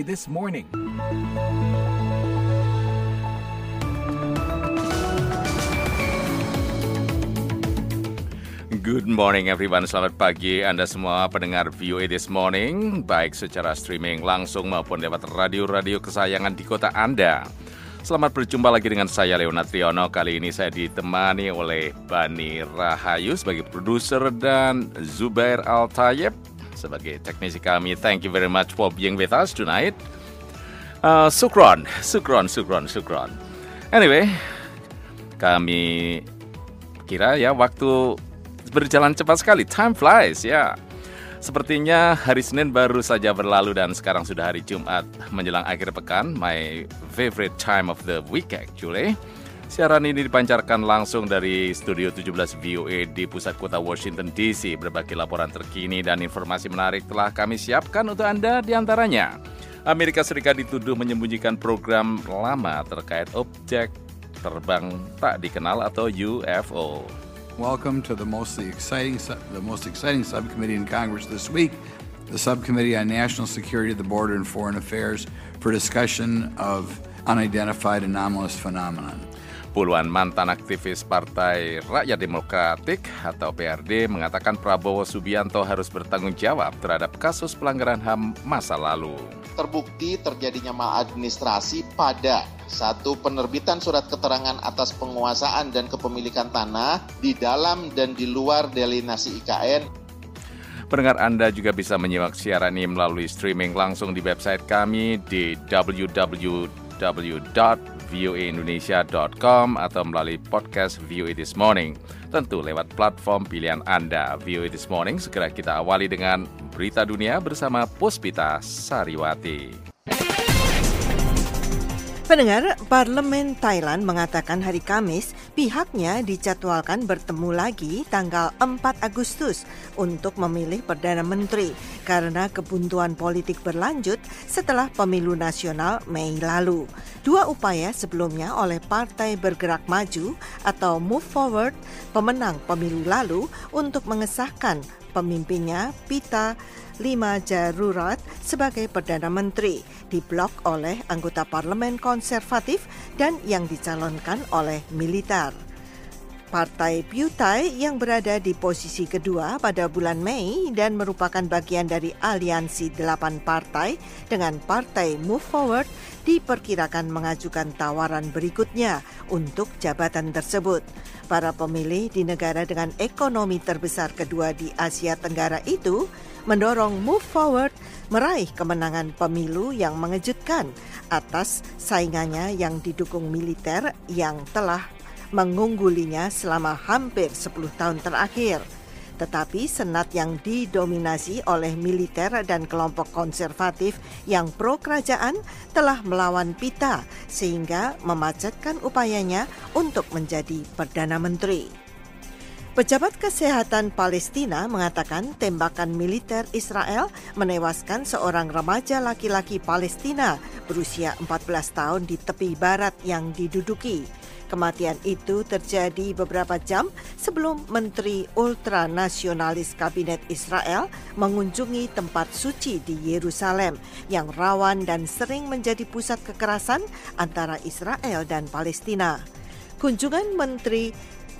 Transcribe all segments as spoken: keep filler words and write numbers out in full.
A This Morning. Good morning everyone, selamat pagi Anda semua pendengar V O A This Morning, baik secara streaming langsung maupun lewat radio-radio kesayangan di kota Anda. Selamat berjumpa lagi dengan saya Leonard Triono. Kali ini saya ditemani oleh Bani Rahayu sebagai produser dan Zubair Al-Tayyib sebagai teknisi kami. Thank you very much for being with us tonight. Uh, sukron, sukron, sukron, sukron. Anyway, kami kira ya waktu berjalan cepat sekali, time flies ya. Sepertinya hari Senin baru saja berlalu dan sekarang sudah hari Jumat menjelang akhir pekan. My favorite time of the week actually. Siaran ini dipancarkan langsung dari Studio tujuh belas V O A di pusat kota Washington D C. Berbagai laporan terkini dan informasi menarik telah kami siapkan untuk Anda, di antaranya Amerika Serikat dituduh menyembunyikan program lama terkait objek terbang tak dikenal atau U F O. Welcome to the most exciting, the most exciting subcommittee in Congress this week, the Subcommittee on National Security, the Border, and Foreign Affairs, for discussion of unidentified anomalous phenomenon. Puluhan mantan aktivis Partai Rakyat Demokratik atau P R D mengatakan Prabowo Subianto harus bertanggung jawab terhadap kasus pelanggaran H A M masa lalu. Terbukti terjadinya maladministrasi pada satu penerbitan surat keterangan atas penguasaan dan kepemilikan tanah di dalam dan di luar delinasi I K N. Pendengar Anda juga bisa menyimak siaran ini melalui streaming langsung di website kami di w w w dot v o a indonesia dot com atau melalui podcast V O A This Morning. Tentu lewat platform pilihan Anda. V O A This Morning segera kita awali dengan berita dunia bersama Puspita Sariwati. Pendengar, Parlemen Thailand mengatakan hari Kamis pihaknya dijadwalkan bertemu lagi tanggal empat Agustus untuk memilih Perdana Menteri karena kebuntuan politik berlanjut setelah pemilu nasional Mei lalu. Dua upaya sebelumnya oleh Partai Bergerak Maju atau Move Forward, pemenang pemilu lalu, untuk mengesahkan pemimpinnya Pita Limajarurat sebagai Perdana Menteri diblok oleh anggota parlemen konservatif dan yang dicalonkan oleh militer. Partai Pheu Thai yang berada di posisi kedua pada bulan Mei dan merupakan bagian dari aliansi delapan partai dengan Partai Move Forward diperkirakan mengajukan tawaran berikutnya untuk jabatan tersebut. Para pemilih di negara dengan ekonomi terbesar kedua di Asia Tenggara itu mendorong Move Forward meraih kemenangan pemilu yang mengejutkan atas saingannya yang didukung militer yang telah mengunggulinya selama hampir sepuluh tahun terakhir. Tetapi Senat yang didominasi oleh militer dan kelompok konservatif yang pro-kerajaan telah melawan Pita sehingga memacetkan upayanya untuk menjadi Perdana Menteri. Pejabat Kesehatan Palestina mengatakan tembakan militer Israel menewaskan seorang remaja laki-laki Palestina berusia empat belas tahun di tepi barat yang diduduki. Kematian itu terjadi beberapa jam sebelum Menteri Ultranasionalis Kabinet Israel mengunjungi tempat suci di Yerusalem yang rawan dan sering menjadi pusat kekerasan antara Israel dan Palestina. Kunjungan Menteri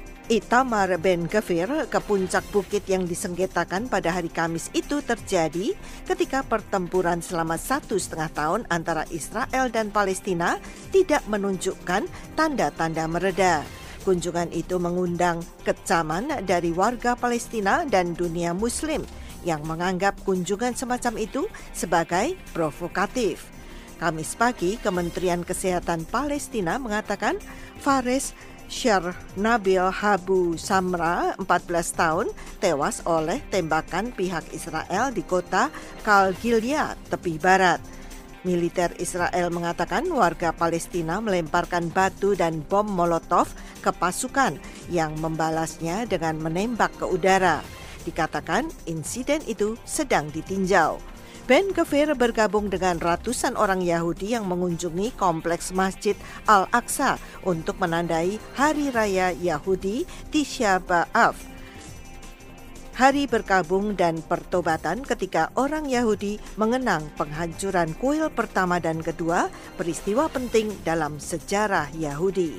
Itamar Ben-Gvir ke puncak bukit yang disengketakan pada hari Kamis itu terjadi ketika pertempuran selama satu setengah tahun antara Israel dan Palestina tidak menunjukkan tanda-tanda mereda. Kunjungan itu mengundang kecaman dari warga Palestina dan dunia Muslim yang menganggap kunjungan semacam itu sebagai provokatif. Kamis pagi, Kementerian Kesehatan Palestina mengatakan Fares Syar Nabil Habu Samra, empat belas tahun, tewas oleh tembakan pihak Israel di kota Kalgilia, tepi barat. Militer Israel mengatakan warga Palestina melemparkan batu dan bom molotov ke pasukan yang membalasnya dengan menembak ke udara. Dikatakan insiden itu sedang ditinjau. Ben-Gvir bergabung dengan ratusan orang Yahudi yang mengunjungi kompleks Masjid Al-Aqsa untuk menandai Hari Raya Yahudi Tisha B'Av. Hari Berkabung dan Pertobatan ketika orang Yahudi mengenang penghancuran kuil pertama dan kedua, peristiwa penting dalam sejarah Yahudi.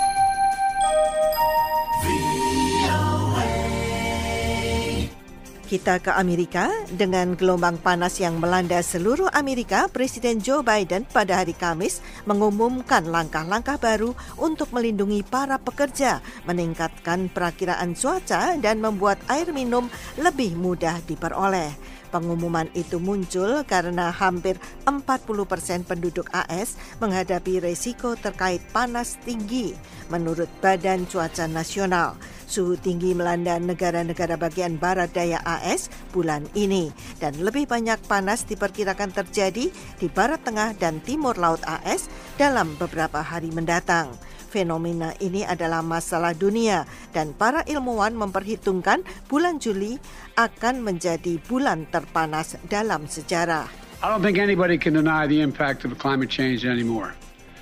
Kita ke Amerika. Dengan gelombang panas yang melanda seluruh Amerika, Presiden Joe Biden pada hari Kamis mengumumkan langkah-langkah baru untuk melindungi para pekerja, meningkatkan perakiraan cuaca dan membuat air minum lebih mudah diperoleh. Pengumuman itu muncul karena hampir empat puluh persen penduduk A S menghadapi resiko terkait panas tinggi. Menurut Badan Cuaca Nasional, suhu tinggi melanda negara-negara bagian barat daya A S bulan ini dan lebih banyak panas diperkirakan terjadi di barat tengah dan timur laut A S dalam beberapa hari mendatang. Fenomena ini adalah masalah dunia dan para ilmuwan memperhitungkan bulan Juli akan menjadi bulan terpanas dalam sejarah. I don't think anybody can deny the impact of climate change anymore.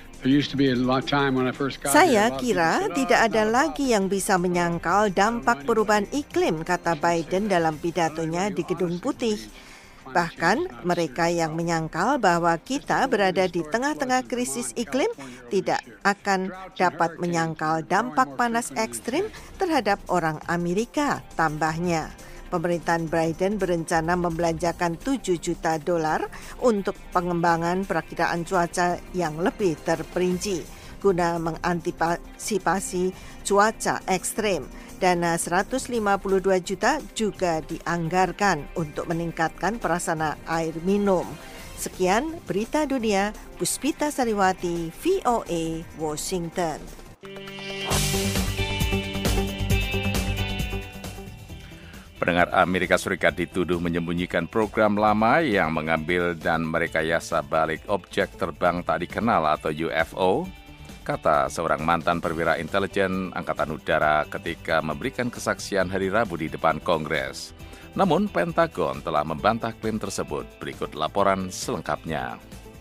Saya kira tidak ada lagi yang bisa menyangkal dampak perubahan iklim, kata Biden dalam pidatonya di Gedung Putih. Bahkan mereka yang menyangkal bahwa kita berada di tengah-tengah krisis iklim tidak akan dapat menyangkal dampak panas ekstrim terhadap orang Amerika, tambahnya. Pemerintahan Biden berencana membelanjakan tujuh juta dolar untuk pengembangan perakiraan cuaca yang lebih terperinci guna mengantisipasi cuaca ekstrem. Dana seratus lima puluh dua juta juga dianggarkan untuk meningkatkan prasarana air minum. Sekian berita dunia, Puspita Sariwati, V O A, Washington. Pendengar, Amerika Serikat dituduh menyembunyikan program lama yang mengambil dan merekayasa balik objek terbang tak dikenal atau U F O, kata seorang mantan perwira intelijen Angkatan Udara ketika memberikan kesaksian hari Rabu di depan Kongres. Namun, Pentagon telah membantah klaim tersebut. Berikut laporan selengkapnya.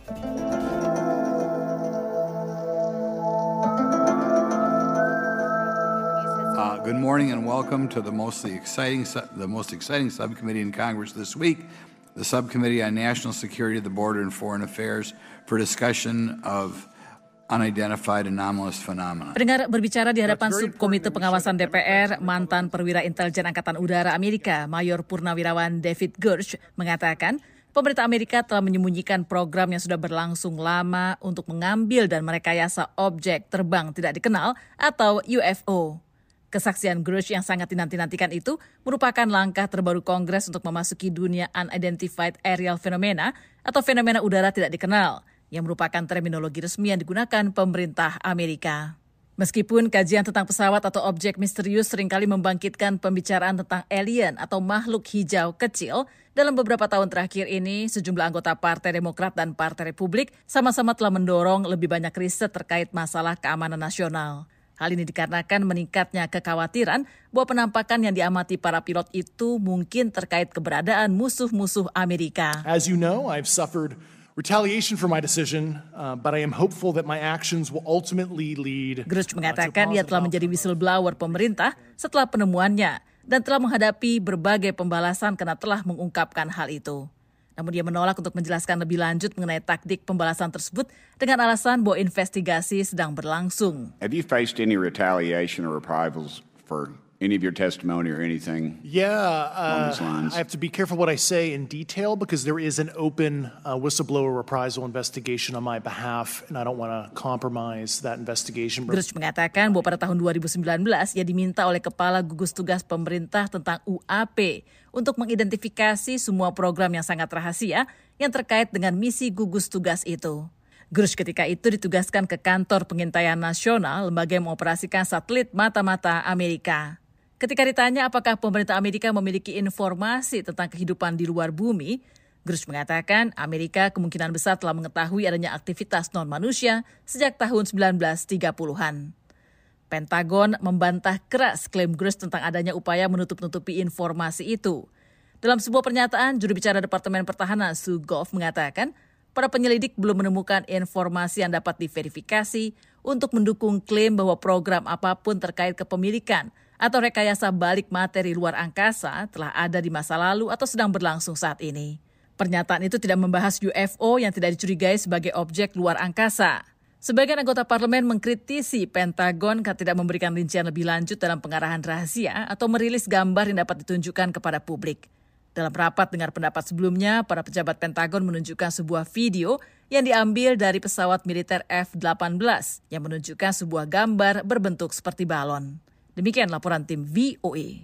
Uh, good morning and welcome to the mostly exciting, the most exciting subcommittee in Congress this week, the Subcommittee on National Security, the Border and Foreign Affairs, for discussion of unidentified anomalous phenomena. Pendengar, berbicara di hadapan Subkomite Pengawasan D P R, mantan perwira intelijen Angkatan Udara Amerika, Mayor Purnawirawan David Grush, mengatakan pemerintah Amerika telah menyembunyikan program yang sudah berlangsung lama untuk mengambil dan merekayasa objek terbang tidak dikenal atau U F O. Kesaksian Grush yang sangat dinanti-nantikan itu merupakan langkah terbaru Kongres untuk memasuki dunia Unidentified Aerial Phenomena atau fenomena udara tidak dikenal, yang merupakan terminologi resmi yang digunakan pemerintah Amerika. Meskipun kajian tentang pesawat atau objek misterius seringkali membangkitkan pembicaraan tentang alien atau makhluk hijau kecil, dalam beberapa tahun terakhir ini, sejumlah anggota Partai Demokrat dan Partai Republik sama-sama telah mendorong lebih banyak riset terkait masalah keamanan nasional. Hal ini dikarenakan meningkatnya kekhawatiran bahwa penampakan yang diamati para pilot itu mungkin terkait keberadaan musuh-musuh Amerika. As you know, I've suffered retaliation for my decision, uh, but I am hopeful that my actions will ultimately lead. Grush mengatakan ia telah menjadi whistleblower pemerintah setelah penemuannya dan telah menghadapi berbagai pembalasan karena telah mengungkapkan hal itu. Namun dia menolak untuk menjelaskan lebih lanjut mengenai taktik pembalasan tersebut dengan alasan bahwa investigasi sedang berlangsung. Have you faced any retaliation or reprisals for any of your testimony or anything? Yeah, uh, I have to be careful what I say in detail because there is an open uh, whistleblower reprisal investigation on my behalf and I don't want to compromise that investigation. Grush mengatakan bahwa pada tahun dua ribu sembilan belas ia diminta oleh Kepala Gugus Tugas Pemerintah tentang U A P untuk mengidentifikasi semua program yang sangat rahasia yang terkait dengan misi gugus tugas itu. Grush ketika itu ditugaskan ke Kantor Pengintaian Nasional, lembaga yang mengoperasikan satelit mata-mata Amerika. Ketika ditanya apakah pemerintah Amerika memiliki informasi tentang kehidupan di luar bumi, Grush mengatakan Amerika kemungkinan besar telah mengetahui adanya aktivitas non-manusia sejak tahun sembilan belas tiga puluhan. Pentagon membantah keras klaim Grush tentang adanya upaya menutup-nutupi informasi itu. Dalam sebuah pernyataan, juru bicara Departemen Pertahanan Sue Goff mengatakan para penyelidik belum menemukan informasi yang dapat diverifikasi untuk mendukung klaim bahwa program apapun terkait kepemilikan atau rekayasa balik materi luar angkasa telah ada di masa lalu atau sedang berlangsung saat ini. Pernyataan itu tidak membahas U F O yang tidak dicurigai sebagai objek luar angkasa. Sebagian anggota parlemen mengkritisi Pentagon karena tidak memberikan rincian lebih lanjut dalam pengarahan rahasia atau merilis gambar yang dapat ditunjukkan kepada publik. Dalam rapat dengar pendapat sebelumnya, para pejabat Pentagon menunjukkan sebuah video yang diambil dari pesawat militer F delapan belas yang menunjukkan sebuah gambar berbentuk seperti balon. Demikian laporan tim V O A.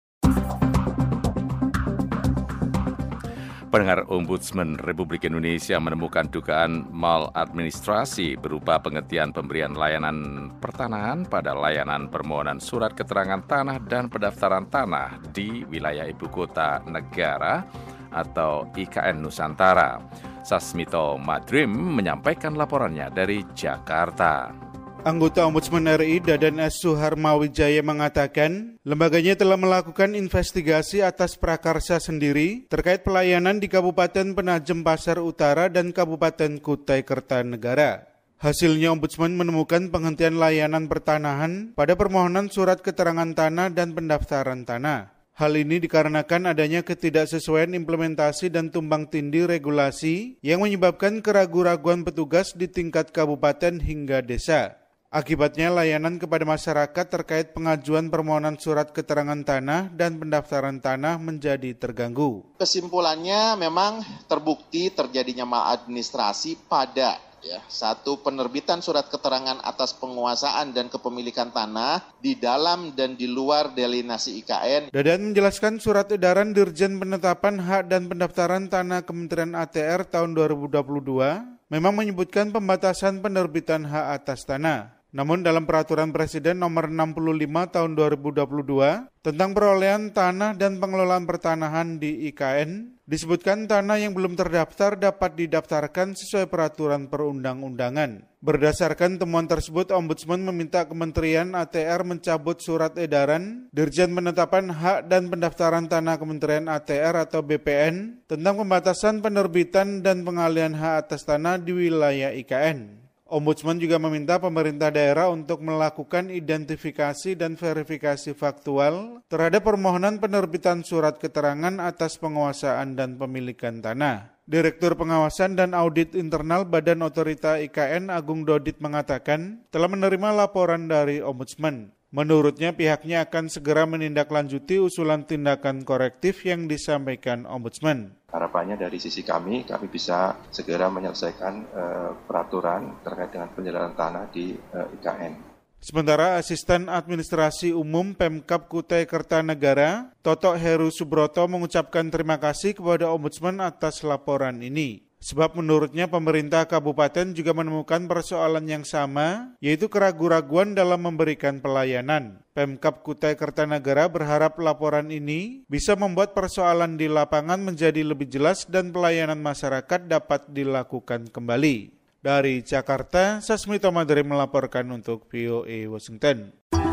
Pendengar, Ombudsman Republik Indonesia menemukan dugaan maladministrasi berupa penghentian pemberian layanan pertanahan pada layanan permohonan surat keterangan tanah dan pendaftaran tanah di wilayah Ibu Kota Negara atau I K N Nusantara. Sasmito Madrim menyampaikan laporannya dari Jakarta. Anggota Ombudsman R I Dadan S. Suharmawijaya mengatakan, lembaganya telah melakukan investigasi atas prakarsa sendiri terkait pelayanan di Kabupaten Penajem Pasar Utara dan Kabupaten Kutai Kertanegara. Hasilnya, Ombudsman menemukan penghentian layanan pertanahan pada permohonan surat keterangan tanah dan pendaftaran tanah. Hal ini dikarenakan adanya ketidaksesuaian implementasi dan tumbang tindih regulasi yang menyebabkan keraguan-raguan petugas di tingkat kabupaten hingga desa. Akibatnya, layanan kepada masyarakat terkait pengajuan permohonan surat keterangan tanah dan pendaftaran tanah menjadi terganggu. Kesimpulannya memang terbukti terjadinya maladministrasi pada ya, satu penerbitan surat keterangan atas penguasaan dan kepemilikan tanah di dalam dan di luar delinasi I K N. Dadan menjelaskan surat edaran Dirjen Penetapan Hak dan Pendaftaran Tanah Kementerian A T R tahun dua ribu dua puluh dua memang menyebutkan pembatasan penerbitan hak atas tanah. Namun dalam Peraturan Presiden nomor enam puluh lima tahun dua ribu dua puluh dua tentang perolehan tanah dan pengelolaan pertanahan di I K N, disebutkan tanah yang belum terdaftar dapat didaftarkan sesuai peraturan perundang-undangan. Berdasarkan temuan tersebut, Ombudsman meminta Kementerian A T R mencabut surat edaran Dirjen Penetapan Hak dan Pendaftaran Tanah Kementerian A T R atau B P N tentang pembatasan penerbitan dan pengalihan hak atas tanah di wilayah I K N. Ombudsman juga meminta pemerintah daerah untuk melakukan identifikasi dan verifikasi faktual terhadap permohonan penerbitan surat keterangan atas penguasaan dan pemilikan tanah. Direktur Pengawasan dan Audit Internal Badan Otorita I K N Agung Dodit mengatakan telah menerima laporan dari Ombudsman. Menurutnya pihaknya akan segera menindaklanjuti usulan tindakan korektif yang disampaikan Ombudsman. Harapannya dari sisi kami, kami bisa segera menyelesaikan uh, peraturan terkait dengan penjelasan tanah di uh, I K N. Sementara Asisten Administrasi Umum Pemkab Kutai Kertanegara, Toto Heru Subroto mengucapkan terima kasih kepada Ombudsman atas laporan ini. Sebab menurutnya pemerintah kabupaten juga menemukan persoalan yang sama, yaitu keraguan-raguan dalam memberikan pelayanan. Pemkab Kutai Kertanegara berharap laporan ini bisa membuat persoalan di lapangan menjadi lebih jelas dan pelayanan masyarakat dapat dilakukan kembali. Dari Jakarta, Sasmito Madrim melaporkan untuk V O A Washington.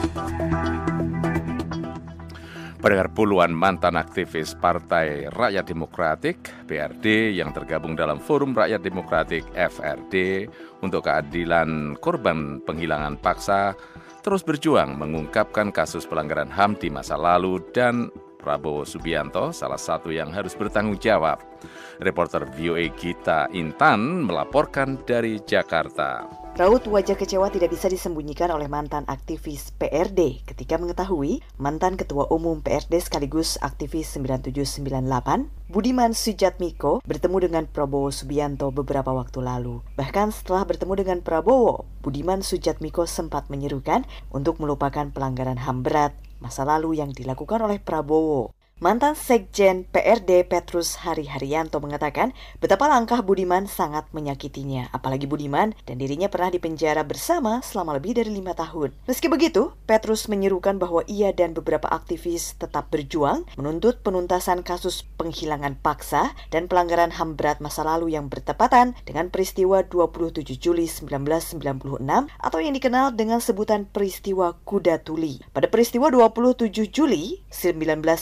Pendengar, puluhan mantan aktivis Partai Rakyat Demokratik P R D yang tergabung dalam Forum Rakyat Demokratik F R D untuk keadilan korban penghilangan paksa terus berjuang mengungkapkan kasus pelanggaran H A M di masa lalu dan Prabowo Subianto salah satu yang harus bertanggung jawab. Reporter V O A Gita Intan melaporkan dari Jakarta. Raut wajah kecewa tidak bisa disembunyikan oleh mantan aktivis P R D ketika mengetahui mantan Ketua Umum P R D sekaligus aktivis sembilan tujuh sembilan delapan, Budiman Sujatmiko, bertemu dengan Prabowo Subianto beberapa waktu lalu. Bahkan setelah bertemu dengan Prabowo, Budiman Sujatmiko sempat menyerukan untuk melupakan pelanggaran H A M berat masa lalu yang dilakukan oleh Prabowo. Mantan Sekjen P R D Petrus Hari Haryanto mengatakan betapa langkah Budiman sangat menyakitinya. Apalagi Budiman dan dirinya pernah dipenjara bersama selama lebih dari lima tahun. Meski begitu, Petrus menyerukan bahwa ia dan beberapa aktivis tetap berjuang menuntut penuntasan kasus penghilangan paksa dan pelanggaran H A M berat masa lalu yang bertepatan dengan peristiwa dua puluh tujuh Juli seribu sembilan ratus sembilan puluh enam atau yang dikenal dengan sebutan peristiwa Kuda Tuli. Pada peristiwa dua puluh tujuh Juli seribu sembilan ratus sembilan puluh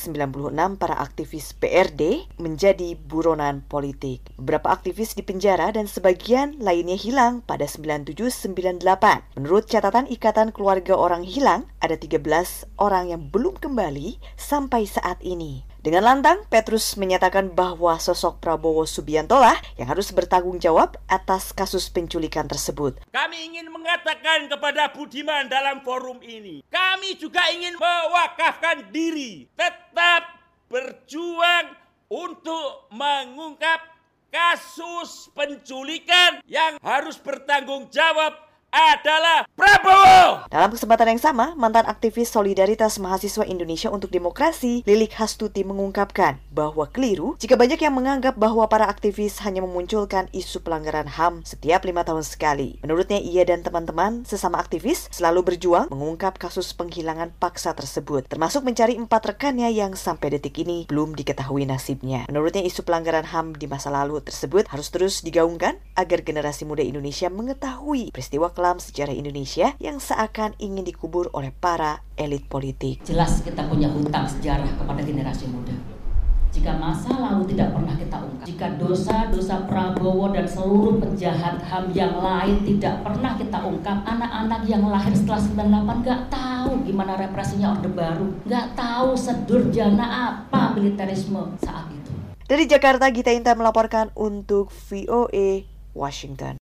puluh enam para aktivis P R D menjadi buronan politik. Beberapa aktivis dipenjara dan sebagian lainnya hilang pada sembilan tujuh sembilan delapan. Menurut catatan Ikatan Keluarga Orang Hilang, ada tiga belas orang yang belum kembali sampai saat ini. Dengan lantang, Petrus menyatakan bahwa sosok Prabowo Subianto lah yang harus bertanggung jawab atas kasus penculikan tersebut. Kami ingin mengatakan kepada Budiman dalam forum ini, kami juga ingin mewakafkan diri, tetap berjuang untuk mengungkap kasus penculikan yang harus bertanggung jawab adalah Prabowo. Dalam kesempatan yang sama, mantan aktivis Solidaritas Mahasiswa Indonesia untuk Demokrasi, Lilik Hastuti mengungkapkan bahwa keliru jika banyak yang menganggap bahwa para aktivis hanya memunculkan isu pelanggaran H A M setiap lima tahun sekali. Menurutnya, ia dan teman-teman sesama aktivis selalu berjuang mengungkap kasus penghilangan paksa tersebut, termasuk mencari empat rekannya yang sampai detik ini belum diketahui nasibnya. Menurutnya, isu pelanggaran H A M di masa lalu tersebut harus terus digaungkan agar generasi muda Indonesia mengetahui peristiwa kelam sejarah Indonesia yang seakan ingin dikubur oleh para elit politik. Jelas kita punya hutang sejarah kepada generasi muda. Jika masa lalu tidak pernah kita ungkap, jika dosa-dosa Prabowo dan seluruh penjahat H A M yang lain tidak pernah kita ungkap, anak-anak yang lahir setelah sembilan puluh delapan nggak tahu gimana represinya Orde Baru, nggak tahu sedurjana apa militerisme saat itu. Dari Jakarta, Gita Intan melaporkan untuk V O A Washington.